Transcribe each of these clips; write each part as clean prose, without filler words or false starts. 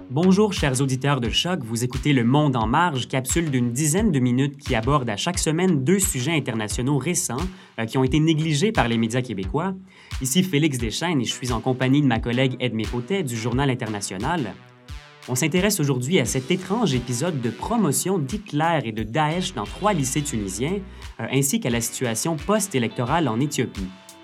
Bonjour chers auditeurs de Choc, vous écoutez Le Monde en marge, capsule d'une dizaine de minutes qui aborde à chaque semaine deux sujets internationaux récents qui ont été négligés par les médias québécois. Ici Félix Deschênes et je suis en compagnie de ma collègue Edmé Potet du Journal international. On s'intéresse aujourd'hui à cet étrange épisode de promotion d'Hitler et de Daesh dans 3 lycées tunisiens, ainsi qu'à la situation post-électorale en Éthiopie.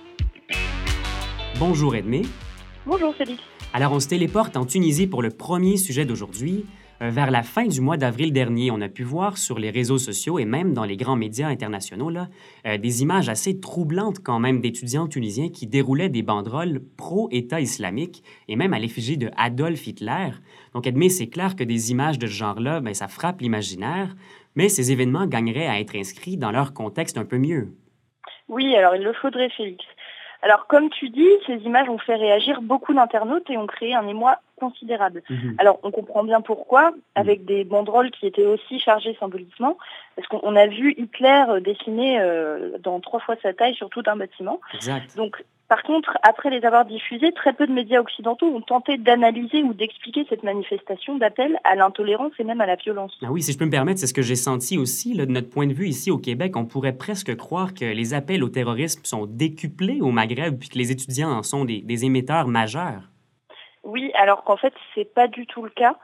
Bonjour Edmé. Bonjour Félix. Alors, on se téléporte en Tunisie pour le premier sujet d'aujourd'hui. Vers la fin du mois d'avril dernier, on a pu voir sur les réseaux sociaux et même dans les grands médias internationaux des images assez troublantes quand même d'étudiants tunisiens qui déroulaient des banderoles pro-État islamique et même à l'effigie de Adolf Hitler. Donc, Edmé, c'est clair que des images de ce genre-là, ça frappe l'imaginaire, mais ces événements gagneraient à être inscrits dans leur contexte un peu mieux. Oui, alors il le faudrait, Félix. Alors, comme tu dis, ces images ont fait réagir beaucoup d'internautes et ont créé un émoi considérable. Alors, on comprend bien pourquoi, avec des banderoles qui étaient aussi chargées symboliquement, parce qu'on a vu Hitler dessiner dans 3 fois sa taille sur tout un bâtiment. Exact. Donc, par contre, après les avoir diffusés, très peu de médias occidentaux ont tenté d'analyser ou d'expliquer cette manifestation d'appel à l'intolérance et même à la violence. Ah oui, si je peux me permettre, c'est ce que j'ai senti aussi. Là, de notre point de vue ici au Québec, on pourrait presque croire que les appels au terrorisme sont décuplés au Maghreb puis que les étudiants en sont des émetteurs majeurs. Oui, alors qu'en fait, c'est pas du tout le cas.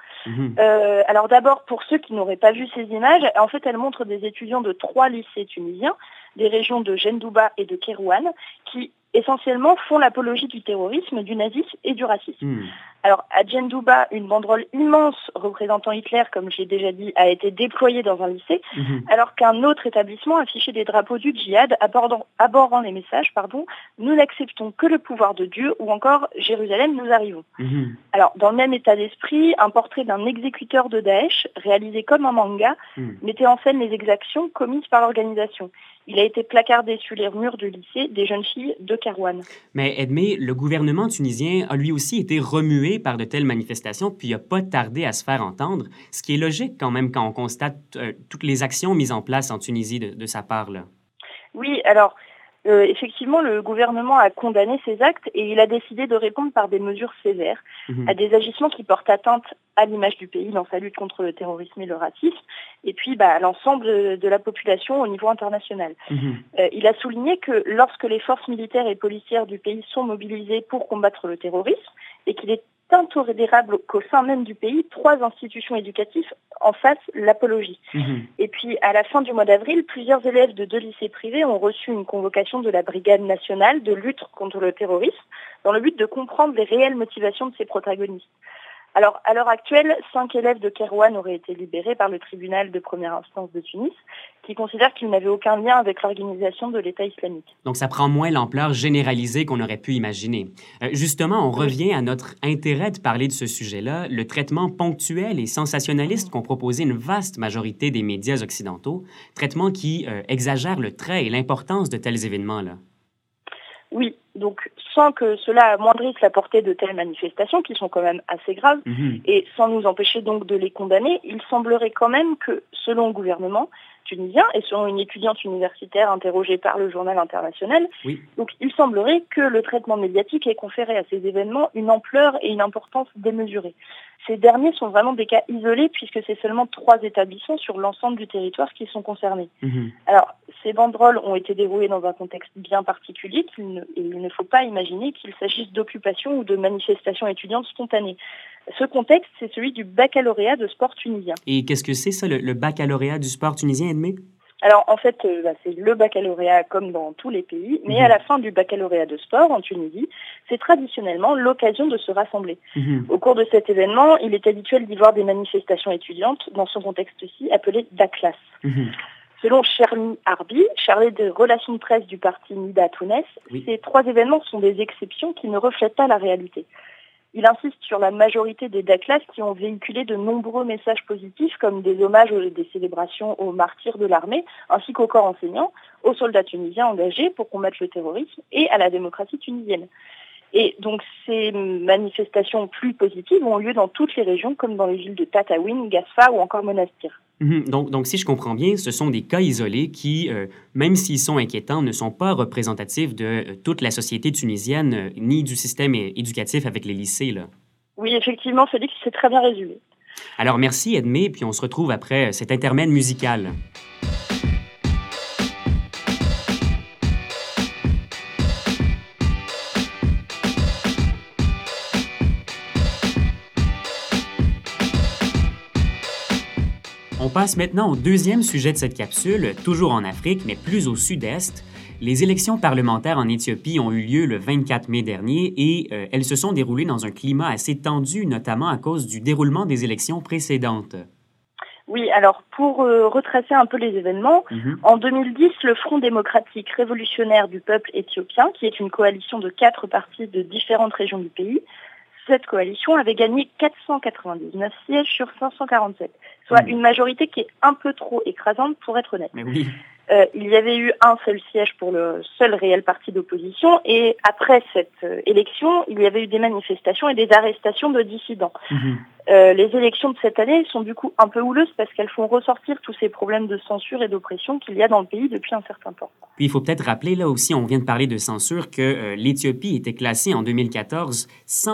Alors d'abord, pour ceux qui n'auraient pas vu ces images, en fait, elles montrent des étudiants de 3 lycées tunisiens, des régions de Jendouba et de Kérouane, qui essentiellement font l'apologie du terrorisme, du nazisme et du racisme. Alors, à Jendouba, une banderole immense représentant Hitler, comme j'ai déjà dit, a été déployée dans un lycée, alors qu'un autre établissement affichait des drapeaux du djihad abordant les messages « Nous n'acceptons que le pouvoir de Dieu » ou encore « Jérusalem, nous arrivons ». Alors, dans le même état d'esprit, un portrait d'un exécuteur de Daesh, réalisé comme un manga, mettait en scène les exactions commises par l'organisation. Il a été placardé sur les murs du lycée des jeunes filles de Kérouane. Mais Edmé, le gouvernement tunisien a lui aussi été remué par de telles manifestations, puis il n'a pas tardé à se faire entendre, ce qui est logique quand même quand on constate toutes les actions mises en place en Tunisie de sa part, là. Oui, alors, effectivement, le gouvernement a condamné ces actes et il a décidé de répondre par des mesures sévères à des agissements qui portent atteinte à l'image du pays dans sa lutte contre le terrorisme et le racisme, et puis à l'ensemble de la population au niveau international. Il a souligné que lorsque les forces militaires et policières du pays sont mobilisées pour combattre le terrorisme, et qu'il est intolérable qu'au sein même du pays, 3 institutions éducatives en fassent l'apologie. Et puis, à la fin du mois d'avril, plusieurs élèves de 2 lycées privés ont reçu une convocation de la Brigade nationale de lutte contre le terrorisme dans le but de comprendre les réelles motivations de ces protagonistes. Alors, à l'heure actuelle, 5 élèves de Kérouane auraient été libérés par le tribunal de première instance de Tunis, qui considère qu'ils n'avaient aucun lien avec l'organisation de l'État islamique. Donc, ça prend moins l'ampleur généralisée qu'on aurait pu imaginer. Justement, on revient à notre intérêt de parler de ce sujet-là, le traitement ponctuel et sensationnaliste qu'ont proposé une vaste majorité des médias occidentaux, traitement qui exagère le trait et l'importance de tels événements-là. Oui, donc sans que cela amoindrisse la portée de telles manifestations, qui sont quand même assez graves, et sans nous empêcher donc de les condamner, il semblerait quand même que, selon le gouvernement tunisien, et selon une étudiante universitaire interrogée par le journal international, donc il semblerait que le traitement médiatique ait conféré à ces événements une ampleur et une importance démesurées. Ces derniers sont vraiment des cas isolés puisque c'est seulement 3 établissements sur l'ensemble du territoire qui sont concernés. Alors, ces banderoles ont été déroulées dans un contexte bien particulier et il ne faut pas imaginer qu'il s'agisse d'occupation ou de manifestations étudiantes spontanées. Ce contexte, c'est celui du baccalauréat de sport tunisien. Et qu'est-ce que c'est ça, le baccalauréat du sport tunisien, Edmé? Alors, en fait, c'est le baccalauréat comme dans tous les pays, mais à la fin du baccalauréat de sport en Tunisie, c'est traditionnellement l'occasion de se rassembler. Au cours de cet événement, il est habituel d'y voir des manifestations étudiantes, dans ce contexte-ci, appelées Daklas. Selon Chermi Harbi, chargé de relations de presse du parti Nida Tounes, ces 3 événements sont des exceptions qui ne reflètent pas la réalité. Il insiste sur la majorité des Daklas qui ont véhiculé de nombreux messages positifs comme des hommages et des célébrations aux martyrs de l'armée, ainsi qu'au corps enseignant, aux soldats tunisiens engagés pour combattre le terrorisme et à la démocratie tunisienne. Et donc ces manifestations plus positives ont lieu dans toutes les régions, comme dans les villes de Tataouine, Gasfa ou encore Monastir. Donc, si je comprends bien, ce sont des cas isolés qui, même s'ils sont inquiétants, ne sont pas représentatifs de toute la société tunisienne ni du système éducatif avec les lycées, là. Oui, effectivement, Félix, c'est très bien résumé. Alors merci Edmé, puis on se retrouve après cet intermède musical. On passe maintenant au deuxième sujet de cette capsule, toujours en Afrique, mais plus au sud-est. Les élections parlementaires en Éthiopie ont eu lieu le 24 mai dernier et elles se sont déroulées dans un climat assez tendu, notamment à cause du déroulement des élections précédentes. Oui, alors pour retracer un peu les événements, en 2010, le Front démocratique révolutionnaire du peuple éthiopien, qui est une coalition de 4 partis de différentes régions du pays, cette coalition avait gagné 499 sièges sur 547, soit une majorité qui est un peu trop écrasante pour être honnête. Mais oui. Il y avait eu un seul siège pour le seul réel parti d'opposition et après cette élection, il y avait eu des manifestations et des arrestations de dissidents. Les élections de cette année sont du coup un peu houleuses parce qu'elles font ressortir tous ces problèmes de censure et d'oppression qu'il y a dans le pays depuis un certain temps. Puis il faut peut-être rappeler, là aussi, on vient de parler de censure, que l'Éthiopie était classée en 2014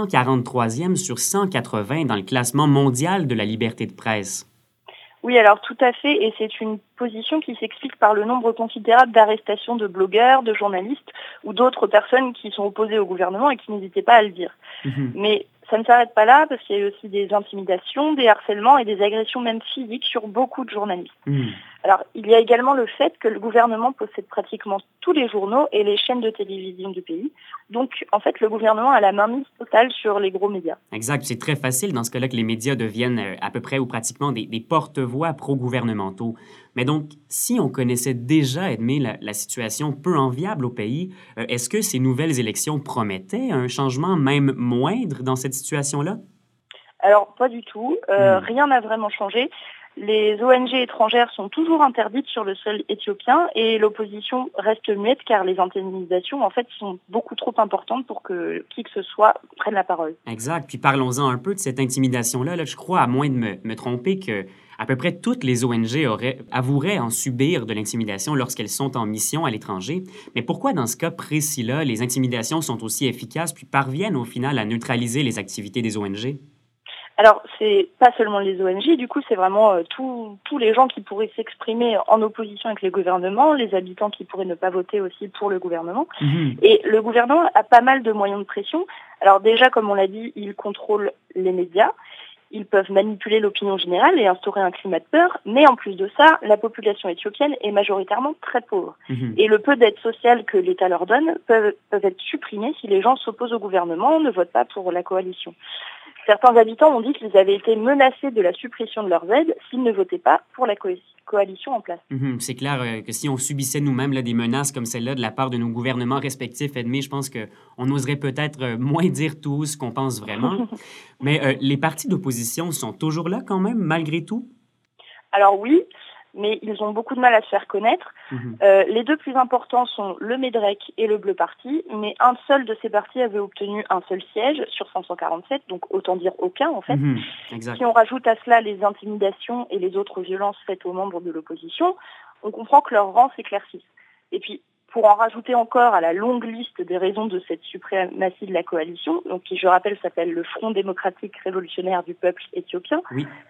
143e sur 180 dans le classement mondial de la liberté de presse. Oui, alors tout à fait, et c'est une position qui s'explique par le nombre considérable d'arrestations de blogueurs, de journalistes ou d'autres personnes qui sont opposées au gouvernement et qui n'hésitaient pas à le dire. Mais ça ne s'arrête pas là parce qu'il y a eu aussi des intimidations, des harcèlements et des agressions même physiques sur beaucoup de journalistes. Alors, il y a également le fait que le gouvernement possède pratiquement tous les journaux et les chaînes de télévision du pays. Donc, en fait, le gouvernement a la mainmise totale sur les gros médias. Exact. C'est très facile dans ce cas-là que les médias deviennent à peu près ou pratiquement des porte-voix pro-gouvernementaux. Mais donc, si on connaissait déjà, Edmé, la situation peu enviable au pays, est-ce que ces nouvelles élections promettaient un changement même moindre dans cette situation-là? Alors, pas du tout. Rien n'a vraiment changé. Les ONG étrangères sont toujours interdites sur le sol éthiopien et l'opposition reste muette car les intimidations, en fait, sont beaucoup trop importantes pour que qui que ce soit prenne la parole. Exact. Puis parlons-en un peu de cette intimidation-là. Là, je crois, à moins de me tromper, que à peu près toutes les ONG avoueraient en subir de l'intimidation lorsqu'elles sont en mission à l'étranger. Mais pourquoi, dans ce cas précis-là, les intimidations sont aussi efficaces puis parviennent au final à neutraliser les activités des ONG? Alors, c'est pas seulement les ONG, du coup, c'est vraiment tous les gens qui pourraient s'exprimer en opposition avec le gouvernement, les habitants qui pourraient ne pas voter aussi pour le gouvernement. Et le gouvernement a pas mal de moyens de pression. Alors déjà, comme on l'a dit, il contrôle les médias. Ils peuvent manipuler l'opinion générale et instaurer un climat de peur, mais en plus de ça, la population éthiopienne est majoritairement très pauvre. Et le peu d'aide sociale que l'État leur donne peuvent être supprimés si les gens s'opposent au gouvernement, ne votent pas pour la coalition. Certains habitants ont dit qu'ils avaient été menacés de la suppression de leurs aides s'ils ne votaient pas pour la coalition en place. C'est clair que si on subissait nous-mêmes là, des menaces comme celle-là de la part de nos gouvernements respectifs, Edmé, je pense qu'on oserait peut-être moins dire tout ce qu'on pense vraiment. Mais les partis d'opposition sont toujours là quand même, malgré tout? Alors oui, mais ils ont beaucoup de mal à se faire connaître. Les deux plus importants sont le MEDREC et le Bleu Parti, mais un seul de ces partis avait obtenu un seul siège sur 547, donc autant dire aucun en fait. Exact. Si on rajoute à cela les intimidations et les autres violences faites aux membres de l'opposition, on comprend que leurs rangs s'éclaircissent. Et puis, pour en rajouter encore à la longue liste des raisons de cette suprématie de la coalition, donc qui, je rappelle, s'appelle le Front démocratique révolutionnaire du peuple éthiopien,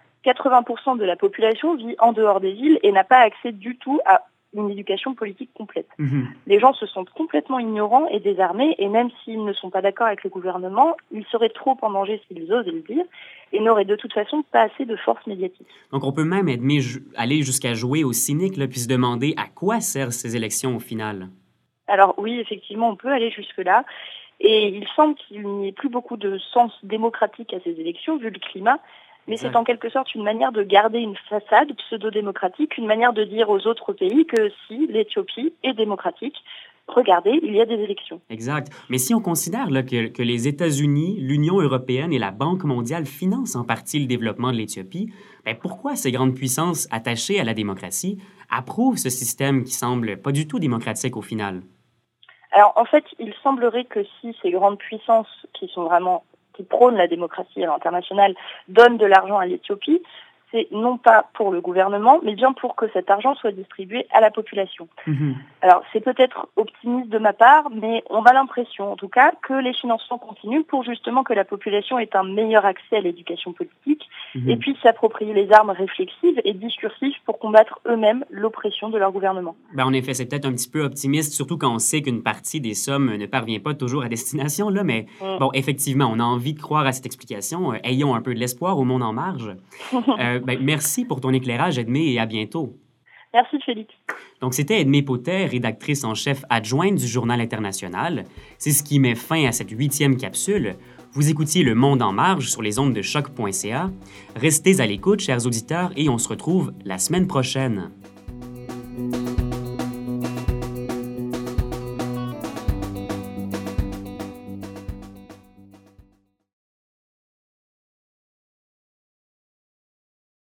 80% de la population vit en dehors des villes et n'a pas accès du tout à une éducation politique complète. Les gens se sentent complètement ignorants et désarmés, et même s'ils ne sont pas d'accord avec le gouvernement, ils seraient trop en danger s'ils osent le dire, et n'auraient de toute façon pas assez de force médiatique. Donc on peut même aller jusqu'à jouer au cynique, là, puis se demander à quoi servent ces élections au final. Alors oui, effectivement, on peut aller jusque-là. Et il semble qu'il n'y ait plus beaucoup de sens démocratique à ces élections, vu le climat. Mais c'est en quelque sorte une manière de garder une façade pseudo-démocratique, une manière de dire aux autres pays que si l'Éthiopie est démocratique, regardez, il y a des élections. Exact. Mais si on considère là, que les États-Unis, l'Union européenne et la Banque mondiale financent en partie le développement de l'Éthiopie, pourquoi ces grandes puissances attachées à la démocratie approuvent ce système qui semble pas du tout démocratique au final? Alors en fait, il semblerait que si ces grandes puissances qui prônent la démocratie à l'international donnent de l'argent à l'Éthiopie, c'est non pas pour le gouvernement, mais bien pour que cet argent soit distribué à la population. Alors, c'est peut-être optimiste de ma part, mais on a l'impression, en tout cas, que les financements continuent pour justement que la population ait un meilleur accès à l'éducation politique et puisse s'approprier les armes réflexives et discursives pour combattre eux-mêmes l'oppression de leur gouvernement. En effet, c'est peut-être un petit peu optimiste, surtout quand on sait qu'une partie des sommes ne parvient pas toujours à destination, là, mais bon, effectivement, on a envie de croire à cette explication. Ayons un peu de l'espoir au monde en marge. Merci pour ton éclairage, Edmée, et à bientôt. Merci, Félix. Donc, c'était Edmée Potet, rédactrice en chef adjointe du Journal international. C'est ce qui met fin à cette 8e capsule. Vous écoutiez Le Monde en marge sur les ondes de choc.ca. Restez à l'écoute, chers auditeurs, et on se retrouve la semaine prochaine.